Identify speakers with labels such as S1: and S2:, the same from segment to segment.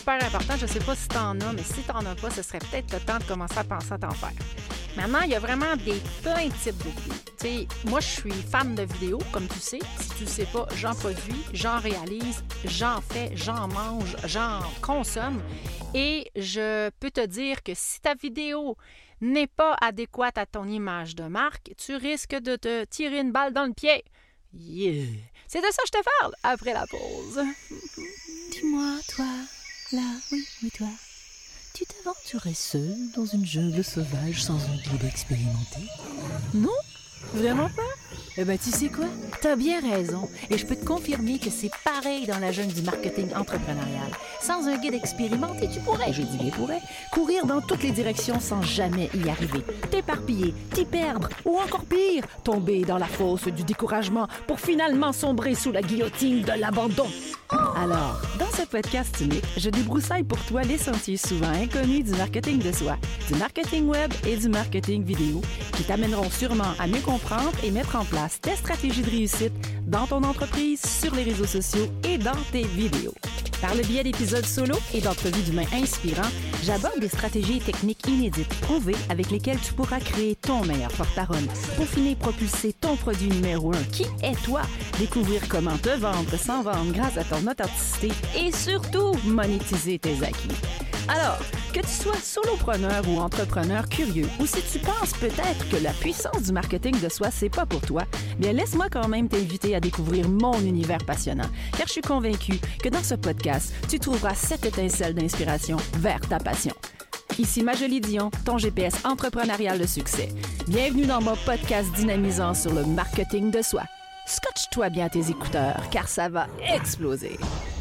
S1: super important. Je ne sais pas si tu en as, mais si tu n'en as pas, ce serait peut-être le temps de commencer à penser à t'en faire. Maintenant, il y a vraiment plein de types de vidéos. Tu sais, moi, je suis fan de vidéos, comme tu sais. Si tu ne sais pas, j'en produis, j'en réalise, j'en fais, j'en mange, j'en consomme. Et je peux te dire que si ta vidéo n'est pas adéquate à ton image de marque, tu risques de te tirer une balle dans le pied. Yeah! C'est de ça que je te parle après la pause.
S2: Dis-moi, toi, là, oui, toi, tu t'aventurais seul dans une jungle sauvage sans un guide expérimenté? Non? Vraiment pas? Eh ben, tu sais quoi? T'as bien raison. Et je peux te confirmer que c'est pareil dans la jungle du marketing entrepreneurial. Sans un guide expérimenté, tu pourrais, je dis bien pourrais, courir dans toutes les directions sans jamais y arriver. T'éparpiller, t'y perdre, ou encore pire, tomber dans la fosse du découragement pour finalement sombrer sous la guillotine de l'abandon. Alors, dans ce podcast unique, je débroussaille pour toi les sentiers souvent inconnus du marketing de soi, du marketing web et du marketing vidéo, qui t'amèneront sûrement à mieux comprendre et mettre en place tes stratégies de réussite dans ton entreprise, sur les réseaux sociaux et dans tes vidéos. Par le biais d'épisodes solo et d'entrevues d'humains inspirants, j'aborde des stratégies et techniques inédites, prouvées, avec lesquelles tu pourras créer ton meilleur porte-parole, peaufiner et propulser ton produit numéro 1, qui est toi, découvrir comment te vendre sans vendre grâce à ton authenticité et surtout monétiser tes acquis. Alors, que tu sois solopreneur ou entrepreneur curieux, ou si tu penses peut-être que la puissance du marketing de soi, c'est pas pour toi, bien laisse-moi quand même t'inviter à découvrir mon univers passionnant, car je suis convaincue que dans ce podcast, tu trouveras cette étincelle d'inspiration vers ta passion. Ici Majolie Dion, ton GPS entrepreneurial de succès. Bienvenue dans mon podcast dynamisant sur le marketing de soi. Scotche-toi bien tes écouteurs, car ça va exploser.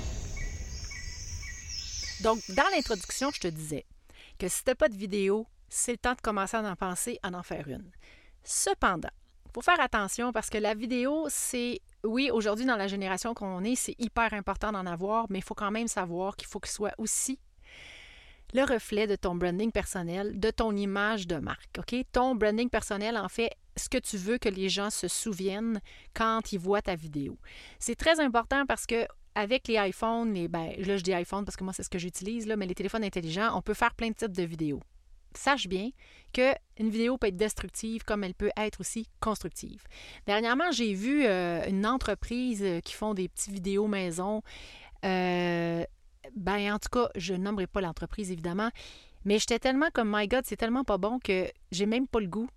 S1: Donc, dans l'introduction, je te disais que si tu n'as pas de vidéo, c'est le temps de commencer à en penser, à en faire une. Cependant, il faut faire attention parce que la vidéo, c'est, oui, aujourd'hui, dans la génération qu'on est, c'est hyper important d'en avoir, mais il faut quand même savoir qu'il faut qu'il soit aussi le reflet de ton branding personnel, de ton image de marque. OK? Ton branding personnel, en fait, ce que tu veux que les gens se souviennent quand ils voient ta vidéo. C'est très important parce que avec les iPhones, là je dis iPhone parce que moi c'est ce que j'utilise, là, mais les téléphones intelligents, on peut faire plein de types de vidéos. Sache bien qu'une vidéo peut être destructive comme elle peut être aussi constructive. Dernièrement, j'ai vu une entreprise qui font des petites vidéos maison. En tout cas, je nommerai pas l'entreprise évidemment, mais j'étais tellement comme, my God, c'est tellement pas bon que j'ai même pas le goût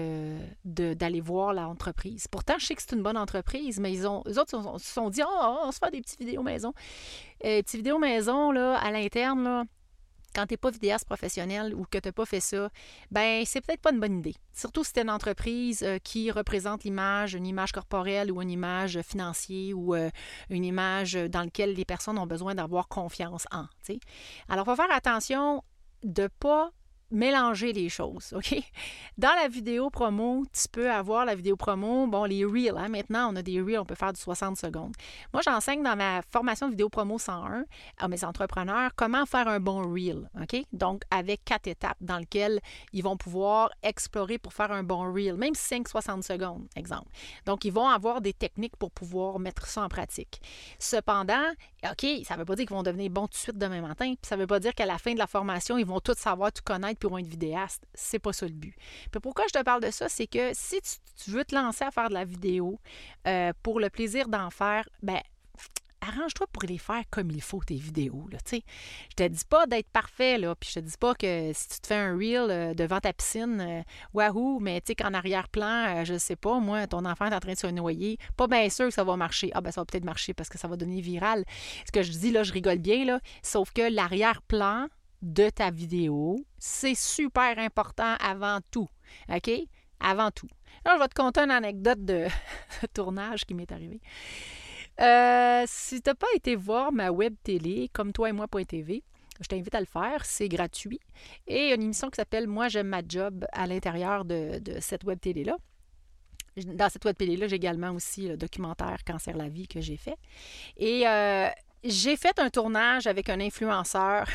S1: d'aller voir l'entreprise. Pourtant, je sais que c'est une bonne entreprise, mais eux autres se sont dit, on se fait des petites vidéos maison. Petites vidéos maison, là, à l'interne, là, quand tu n'es pas vidéaste professionnel ou que tu n'as pas fait ça, ben c'est peut-être pas une bonne idée. Surtout si tu es une entreprise qui représente l'image, une image corporelle ou une image financière ou une image dans laquelle les personnes ont besoin d'avoir confiance en. T'sais. Alors, il faut faire attention de ne pas mélanger les choses, OK? Dans la vidéo promo, tu peux avoir la vidéo promo, les Reels, hein? Maintenant, on a des Reels, on peut faire du 60 secondes. Moi, j'enseigne dans ma formation de vidéo promo 101 à mes entrepreneurs comment faire un bon Reel, OK? Donc, avec 4 étapes dans lesquelles ils vont pouvoir explorer pour faire un bon Reel, même 5-60 secondes, exemple. Donc, ils vont avoir des techniques pour pouvoir mettre ça en pratique. Cependant, OK, ça ne veut pas dire qu'ils vont devenir bons tout de suite demain matin, puis ça ne veut pas dire qu'à la fin de la formation, ils vont tout savoir, tout connaître, pour être vidéaste. C'est pas ça le but. Puis pourquoi je te parle de ça, c'est que si tu veux te lancer à faire de la vidéo pour le plaisir d'en faire, arrange-toi pour les faire comme il faut, tes vidéos. Là, je te dis pas d'être parfait, là, puis je te dis pas que si tu te fais un reel devant ta piscine, wahou, mais qu'en arrière-plan, je sais pas, moi, ton enfant est en train de se noyer, pas bien sûr que ça va marcher. Ça va peut-être marcher parce que ça va donner viral. Ce que je dis, là, je rigole bien, là, sauf que l'arrière-plan de ta vidéo, c'est super important avant tout. OK? Avant tout. Là, je vais te conter une anecdote de tournage qui m'est arrivée. Si tu n'as pas été voir ma web télé, comme toi et moi.tv, je t'invite à le faire, c'est gratuit. Et il y a une émission qui s'appelle « Moi, j'aime ma job » à l'intérieur de cette web télé-là. Dans cette web télé-là, j'ai également aussi le documentaire « Cancer la vie » que j'ai fait. Et j'ai fait un tournage avec un influenceur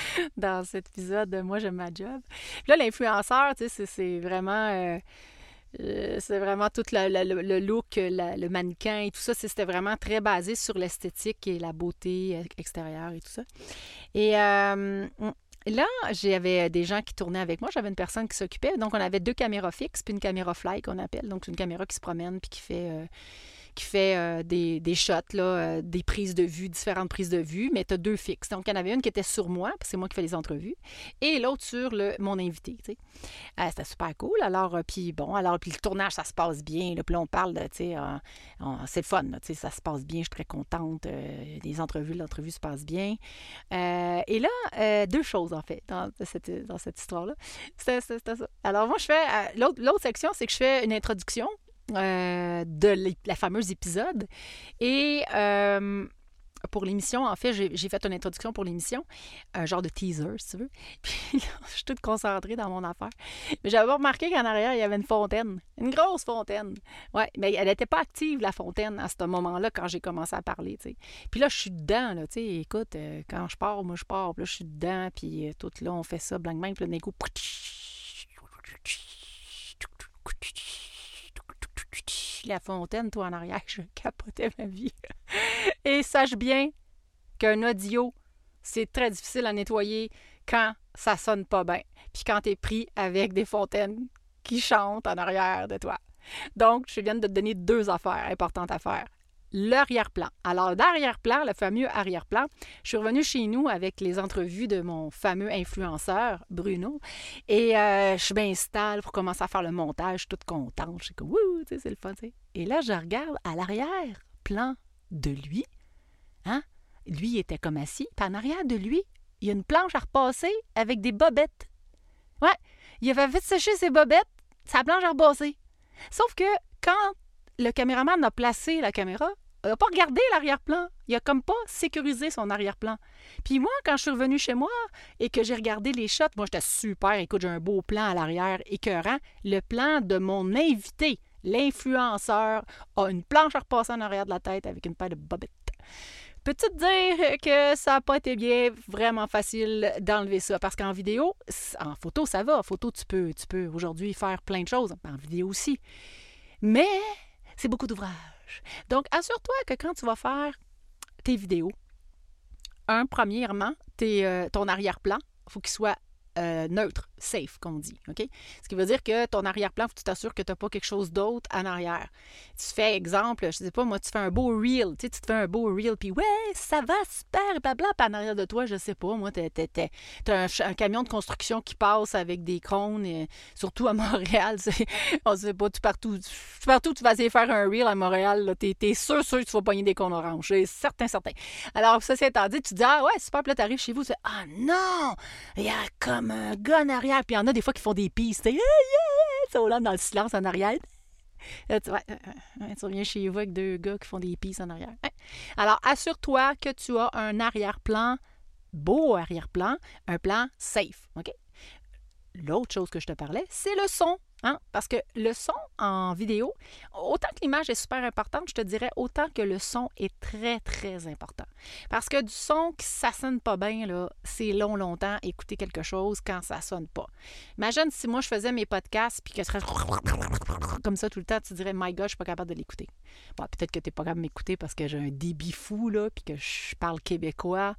S1: dans cet épisode de « Moi, j'aime ma job ». Puis là, l'influenceur, c'est vraiment... C'est vraiment tout le look, le mannequin et tout ça. C'était vraiment très basé sur l'esthétique et la beauté extérieure et tout ça. Et là, j'avais des gens qui tournaient avec moi. J'avais une personne qui s'occupait. Donc, on avait 2 caméras fixes puis une caméra fly qu'on appelle. Donc, c'est une caméra qui se promène puis qui fait des shots, là, des prises de vue, différentes prises de vue, mais tu as 2 fixes. Donc, il y en avait une qui était sur moi, parce que c'est moi qui fais les entrevues, et l'autre sur mon invité. C'était super cool. Alors, puis le tournage, ça se passe bien. Là, puis là, on parle de, c'est le fun. Là, ça se passe bien, je suis très contente. L'entrevue se passe bien. Et là, 2 choses, en fait, dans cette histoire-là. C'était ça. Alors, moi, je fais... l'autre section, c'est que je fais une introduction de la fameuse épisode. Et pour l'émission, en fait, j'ai fait une introduction pour l'émission, un genre de teaser, si tu veux. Puis là, je suis toute concentrée dans mon affaire. Mais j'avais remarqué qu'en arrière, il y avait une fontaine, une grosse fontaine. Ouais, mais elle n'était pas active, la fontaine, à ce moment-là, quand j'ai commencé à parler, tu sais. Puis là, je suis dedans, là, tu sais. Écoute, quand je pars, moi, je pars. Puis là, je suis dedans, puis tout là, on fait ça, blanc-blanc. Puis là, d'un coup... la fontaine, toi, en arrière, je capotais ma vie. Et sache bien qu'un audio, c'est très difficile à nettoyer quand ça sonne pas bien. Puis quand t'es pris avec des fontaines qui chantent en arrière de toi. Donc, je viens de te donner 2 affaires importantes à faire. L'arrière-plan. Alors, l'arrière-plan, le fameux arrière-plan, je suis revenue chez nous avec les entrevues de mon fameux influenceur, Bruno, et je m'installe pour commencer à faire le montage, je suis toute contente, je suis comme, wouh, c'est le fun, tu sais. Et là, je regarde à l'arrière-plan de lui, hein, lui, il était comme assis, puis en arrière de lui, il y a une planche à repasser avec des bobettes. Ouais, il avait fait sécher ses bobettes, sa planche à repasser. Sauf que quand le caméraman a placé la caméra, il n'a pas regardé l'arrière-plan. Il a comme pas sécurisé son arrière-plan. Puis moi, quand je suis revenue chez moi et que j'ai regardé les shots, moi, j'étais super. Écoute, j'ai un beau plan à l'arrière, écœurant. Le plan de mon invité, l'influenceur, a une planche à repasser en arrière de la tête avec une paire de bobettes. Peux-tu te dire que ça n'a pas été bien, vraiment facile d'enlever ça? Parce qu'en vidéo, en photo, ça va. En photo, tu peux aujourd'hui faire plein de choses. En vidéo aussi. Mais c'est beaucoup d'ouvrage. Donc, assure-toi que quand tu vas faire tes vidéos, premièrement, ton arrière-plan, il faut qu'il soit neutre, safe, comme on dit. OK? Ce qui veut dire que ton arrière-plan, il faut que tu t'assures que tu n'as pas quelque chose d'autre en arrière. Tu fais, exemple, je ne sais pas, moi, tu fais un beau reel, tu te fais un beau reel, puis ouais, ça va super, blabla, puis en arrière de toi, je ne sais pas, moi, t'as un camion de construction qui passe avec des crônes, surtout à Montréal, on ne sait pas, partout, tu vas essayer de faire un reel à Montréal, tu es sûr que tu vas pogner des cônes oranges, c'est certain. Alors, ça, c'est étant dit, tu dis, ah ouais, super, puis là, tu arrives chez vous, tu dis, ah non, il y a comme un gars en arrière, puis il y en a des fois qui font des pistes, hey, yeah! Ça roule dans le silence en arrière. Tu reviens chez vous avec 2 gars qui font des pistes en arrière. Alors, assure-toi que tu as un arrière-plan, beau arrière-plan, un plan safe. OK? L'autre chose que je te parlais, c'est le son. Hein? Parce que le son en vidéo, autant que l'image est super importante, je te dirais autant que le son est très, très important. Parce que du son, ça sonne pas bien, là, c'est longtemps écouter quelque chose quand ça sonne pas. Imagine si moi, je faisais mes podcasts puis que ce serait comme ça tout le temps, tu dirais, my God, je suis pas capable de l'écouter. Bon, peut-être que tu n'es pas capable de m'écouter parce que j'ai un débit fou, là, puis que je parle québécois.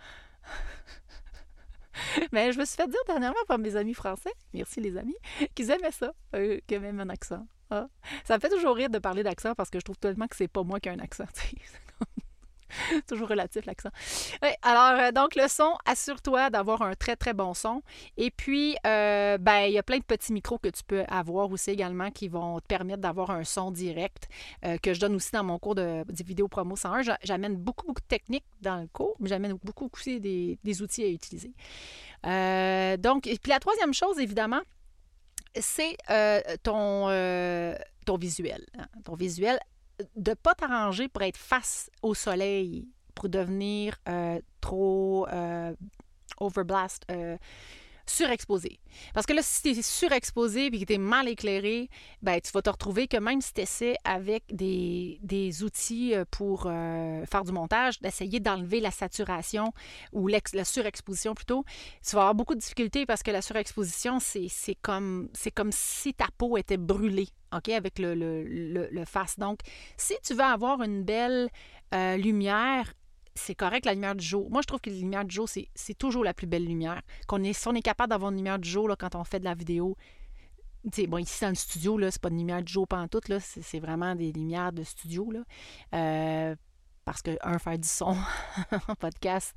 S1: Mais je me suis fait dire dernièrement par mes amis français, merci les amis, qu'ils aimaient ça, qu'ils aimaient mon accent. Ah. Ça me fait toujours rire de parler d'accent parce que je trouve tellement que c'est pas moi qui ai un accent. C'est toujours relatif l'accent. Oui, alors, donc le son, assure-toi d'avoir un très, très bon son. Et puis, il y a plein de petits micros que tu peux avoir aussi également qui vont te permettre d'avoir un son direct que je donne aussi dans mon cours de vidéo promo 101. J'amène beaucoup de techniques dans le cours, mais j'amène beaucoup aussi des outils à utiliser. Donc, et puis la troisième chose, évidemment, c'est ton visuel. Hein? Ton visuel, de ne pas t'arranger pour être face au soleil, pour devenir trop overblast, surexposé. Parce que là, si tu es surexposé et que tu es mal éclairé, ben, tu vas te retrouver que même si tu essaies avec des outils pour faire du montage, d'essayer d'enlever la saturation ou la surexposition plutôt, tu vas avoir beaucoup de difficultés parce que la surexposition, c'est comme si ta peau était brûlée, OK, avec le face. Donc, si tu veux avoir une belle lumière, c'est correct la lumière du jour. Moi, je trouve que la lumière du jour, c'est toujours la plus belle lumière. Si on est capable d'avoir une lumière du jour là, quand on fait de la vidéo, bon, ici dans le studio, là, c'est pas une lumière du jour pantoute, là, c'est vraiment des lumières de studio. Là. Parce que, faire du son en podcast,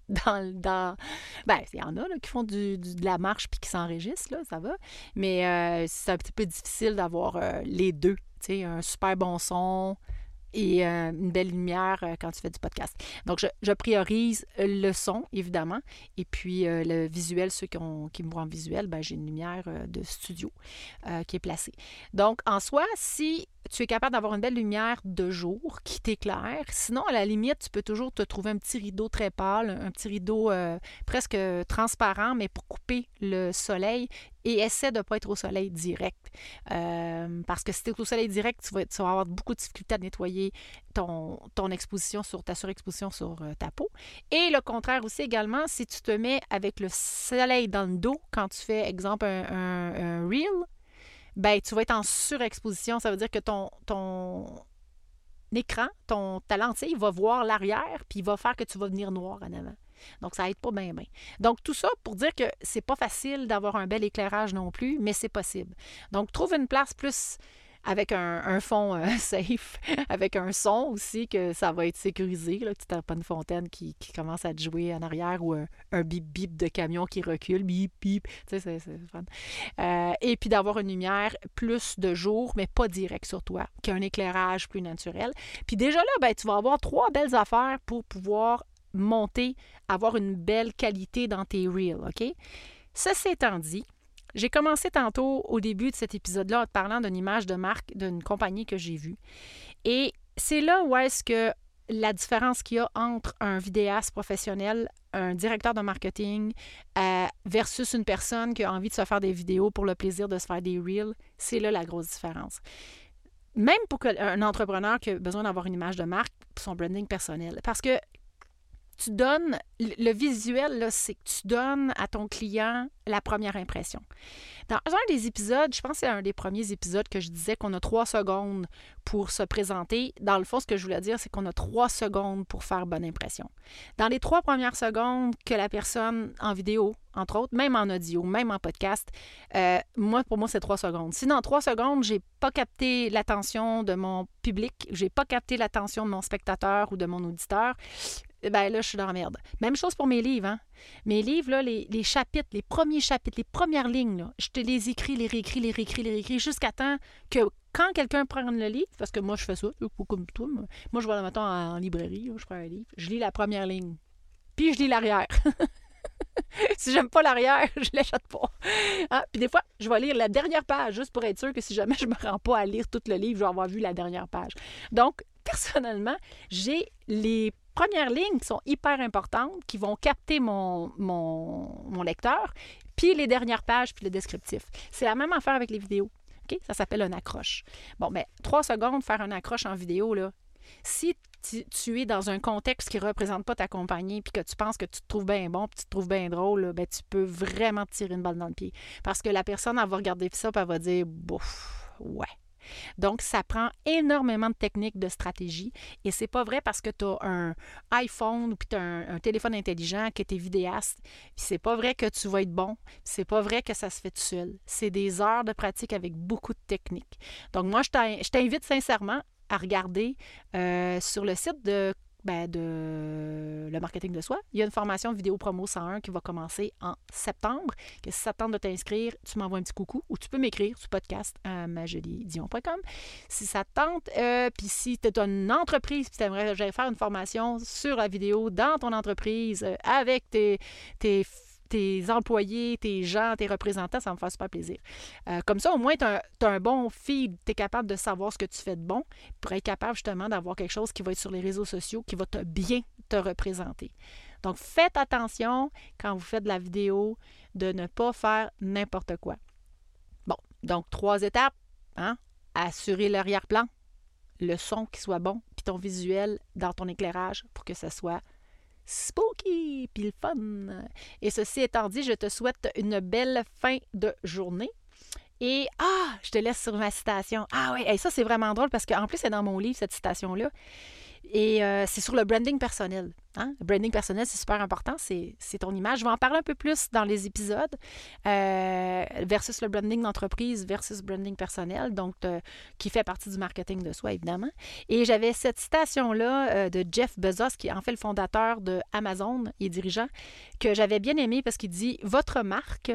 S1: ben, il y en a là, qui font de la marche puis qui s'enregistrent, là, ça va. Mais c'est un petit peu difficile d'avoir les deux. Un super bon son et une belle lumière quand tu fais du podcast. Donc, je priorise le son, évidemment, et puis le visuel, ceux qui me voient en visuel, ben, j'ai une lumière de studio qui est placée. Donc, en soi, si tu es capable d'avoir une belle lumière de jour qui t'éclaire, sinon, à la limite, tu peux toujours te trouver un petit rideau très pâle, un petit rideau presque transparent, mais pour couper le soleil, et essaie de ne pas être au soleil direct. Parce que si tu es au soleil direct, tu vas avoir beaucoup de difficultés à nettoyer ton exposition ta surexposition sur ta peau. Et le contraire aussi également, si tu te mets avec le soleil dans le dos, quand tu fais, exemple, un reel, ben tu vas être en surexposition. Ça veut dire que ton écran, ta lentille va voir l'arrière, puis il va faire que tu vas venir noir en avant. Donc, ça aide pas bien. Donc, tout ça pour dire que c'est pas facile d'avoir un bel éclairage non plus, mais c'est possible. Donc, trouve une place plus avec un fond safe, avec un son aussi, que ça va être sécurisé, là, que tu n'as pas une fontaine qui commence à te jouer en arrière ou un bip-bip de camion qui recule, bip-bip, tu sais, c'est fun. Et puis d'avoir une lumière plus de jour, mais pas direct sur toi, qu'un éclairage plus naturel. Puis déjà là, ben, tu vas avoir 3 belles affaires pour pouvoir monter, avoir une belle qualité dans tes reels, OK? Ceci étant dit, j'ai commencé tantôt au début de cet épisode-là en te parlant d'une image de marque d'une compagnie que j'ai vue. Et c'est là où est-ce que la différence qu'il y a entre un vidéaste professionnel, un directeur de marketing versus une personne qui a envie de se faire des vidéos pour le plaisir de se faire des reels, c'est là la grosse différence. Même pour un entrepreneur qui a besoin d'avoir une image de marque pour son branding personnel. Parce que tu donnes, le visuel, là, c'est que tu donnes à ton client la première impression. Dans un des épisodes, je pense que c'est un des premiers épisodes que je disais qu'on a 3 secondes pour se présenter. Dans le fond, ce que je voulais dire, c'est qu'on a 3 secondes pour faire bonne impression. Dans les 3 premières secondes que la personne en vidéo, entre autres, même en audio, même en podcast, pour moi, c'est 3 secondes. Si dans 3 secondes, j'ai pas capté l'attention de mon public, j'ai pas capté l'attention de mon spectateur ou de mon auditeur, ben là, je suis dans la merde. Même chose pour mes livres. Hein? Mes livres, là, les chapitres, les premiers chapitres, les premières lignes, là, je te les écris, les réécris, jusqu'à temps que quand quelqu'un prend le livre, parce que moi, je fais ça, comme toi, moi je vais, mettons, en librairie, là, je prends un livre, je lis la première ligne, puis je lis l'arrière. Si j'aime pas l'arrière, je l'achète pas. Hein? Puis des fois, je vais lire la dernière page, juste pour être sûr que si jamais je me rends pas à lire tout le livre, je vais avoir vu la dernière page. Donc, personnellement, j'ai les premières lignes qui sont hyper importantes, qui vont capter mon lecteur, puis les dernières pages, puis le descriptif. C'est la même affaire avec les vidéos. Okay? Ça s'appelle un accroche. Bon, mais 3 secondes, faire un accroche en vidéo, là. Si tu es dans un contexte qui ne représente pas ta compagnie puis que tu penses que tu te trouves bien bon puis tu te trouves bien drôle, là, ben, tu peux vraiment te tirer une balle dans le pied. Parce que la personne, elle va regarder ça et elle va dire « bouf, ouais ». Donc, ça prend énormément de techniques, de stratégie. Et c'est pas vrai parce que tu as un iPhone ou tu as un téléphone intelligent que tu es vidéaste. Puis c'est pas vrai que tu vas être bon. Puis c'est pas vrai que ça se fait tout seul. C'est des heures de pratique avec beaucoup de techniques. Donc, moi, je t'invite sincèrement à regarder sur le site de le marketing de soi. Il y a une formation vidéo promo 101 qui va commencer en septembre. Que si ça te tente de t'inscrire, tu m'envoies un petit coucou ou tu peux m'écrire sur podcast à majoliedion.com. Si ça te tente, puis si tu as une entreprise et tu aimerais faire une formation sur la vidéo dans ton entreprise avec tes employés, tes gens, tes représentants, ça va me faire super plaisir. Comme ça, au moins, tu as un bon feed, tu es capable de savoir ce que tu fais de bon pour être capable justement d'avoir quelque chose qui va être sur les réseaux sociaux, qui va bien te représenter. Donc, faites attention quand vous faites de la vidéo de ne pas faire n'importe quoi. Bon, donc 3 étapes, hein? Assurer l'arrière-plan, le son qui soit bon, puis ton visuel dans ton éclairage pour que ça soit spooky, puis le fun. Et ceci étant dit, je te souhaite une belle fin de journée. Et, je te laisse sur ma citation. Ah oui, et ça, c'est vraiment drôle parce qu'en plus, c'est dans mon livre, cette citation-là. Et c'est sur le branding personnel. Hein? Le branding personnel, c'est super important. C'est ton image. Je vais en parler un peu plus dans les épisodes versus le branding d'entreprise versus branding personnel, donc qui fait partie du marketing de soi, évidemment. Et j'avais cette citation-là de Jeff Bezos, qui est en fait le fondateur de Amazon et dirigeant, que j'avais bien aimé parce qu'il dit « Votre marque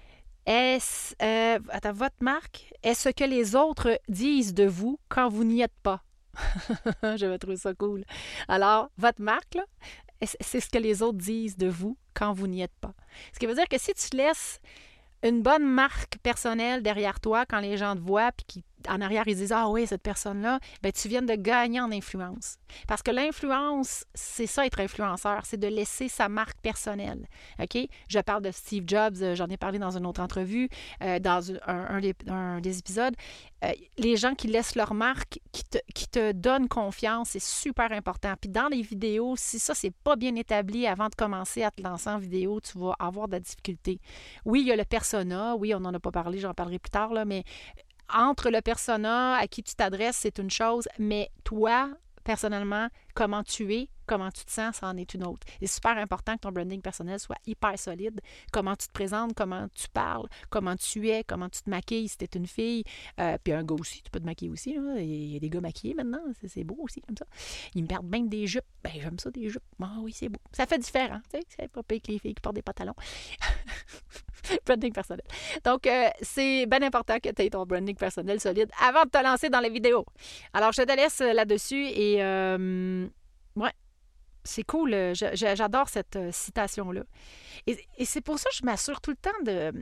S1: votre marque est ce que les autres disent de vous quand vous n'y êtes pas. » J'avais trouvé ça cool. Alors, votre marque, là, c'est ce que les autres disent de vous quand vous n'y êtes pas. Ce qui veut dire que si tu laisses une bonne marque personnelle derrière toi, quand les gens te voient, puis en arrière, ils disent « Ah oui, cette personne-là », ben tu viens de gagner en influence. Parce que l'influence, c'est ça, être influenceur, c'est de laisser sa marque personnelle. OK? Je parle de Steve Jobs, j'en ai parlé dans une autre entrevue, dans un des épisodes. Les gens qui laissent leur marque, qui te donnent confiance, c'est super important. Puis dans les vidéos, si ça, c'est pas bien établi avant de commencer à te lancer en vidéo, tu vas avoir de la difficulté. Oui, il y a le persona, oui, on n'en a pas parlé, j'en parlerai plus tard, là, mais entre le persona à qui tu t'adresses, c'est une chose, mais toi, personnellement, comment tu es, comment tu te sens, ça en est une autre. C'est super important que ton branding personnel soit hyper solide. Comment tu te présentes, comment tu parles, comment tu es, comment tu te maquilles si tu es une fille. Puis un gars aussi, tu peux te maquiller aussi. Là. Il y a des gars maquillés maintenant, c'est beau aussi comme ça. Ils me perdent même des jupes. Ben j'aime ça, des jupes. Ah oui, c'est beau. Ça fait différent. Tu sais, c'est pas pire que les filles qui portent des pantalons. Branding personnel. Donc, c'est bien important que tu aies ton branding personnel solide avant de te lancer dans les vidéos. Alors, je te laisse là-dessus et ouais, c'est cool. J'adore cette citation-là. Et c'est pour ça que je m'assure tout le temps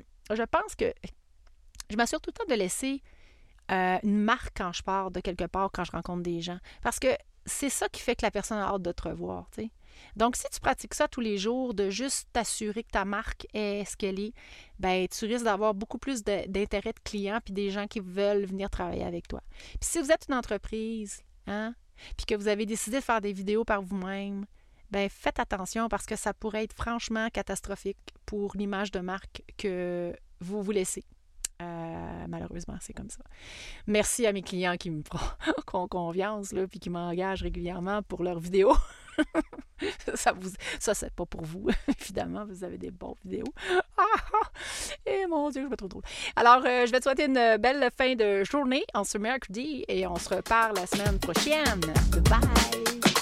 S1: de laisser une marque quand je pars de quelque part, quand je rencontre des gens. Parce que c'est ça qui fait que la personne a hâte de te revoir, tu sais. Donc, si tu pratiques ça tous les jours, de juste t'assurer que ta marque est ce qu'elle est, ben tu risques d'avoir beaucoup plus d'intérêt de clients puis des gens qui veulent venir travailler avec toi. Puis si vous êtes une entreprise, puis que vous avez décidé de faire des vidéos par vous-même, ben faites attention parce que ça pourrait être franchement catastrophique pour l'image de marque que vous vous laissez. Malheureusement, c'est comme ça. Merci à mes clients qui me font confiance là, puis qui m'engagent régulièrement pour leurs vidéos. Ça, c'est pas pour vous, évidemment. Vous avez des bonnes vidéos. Et mon Dieu, je me trouve drôle. Alors, je vais te souhaiter une belle fin de journée en ce mercredi et on se reparle la semaine prochaine. Bye!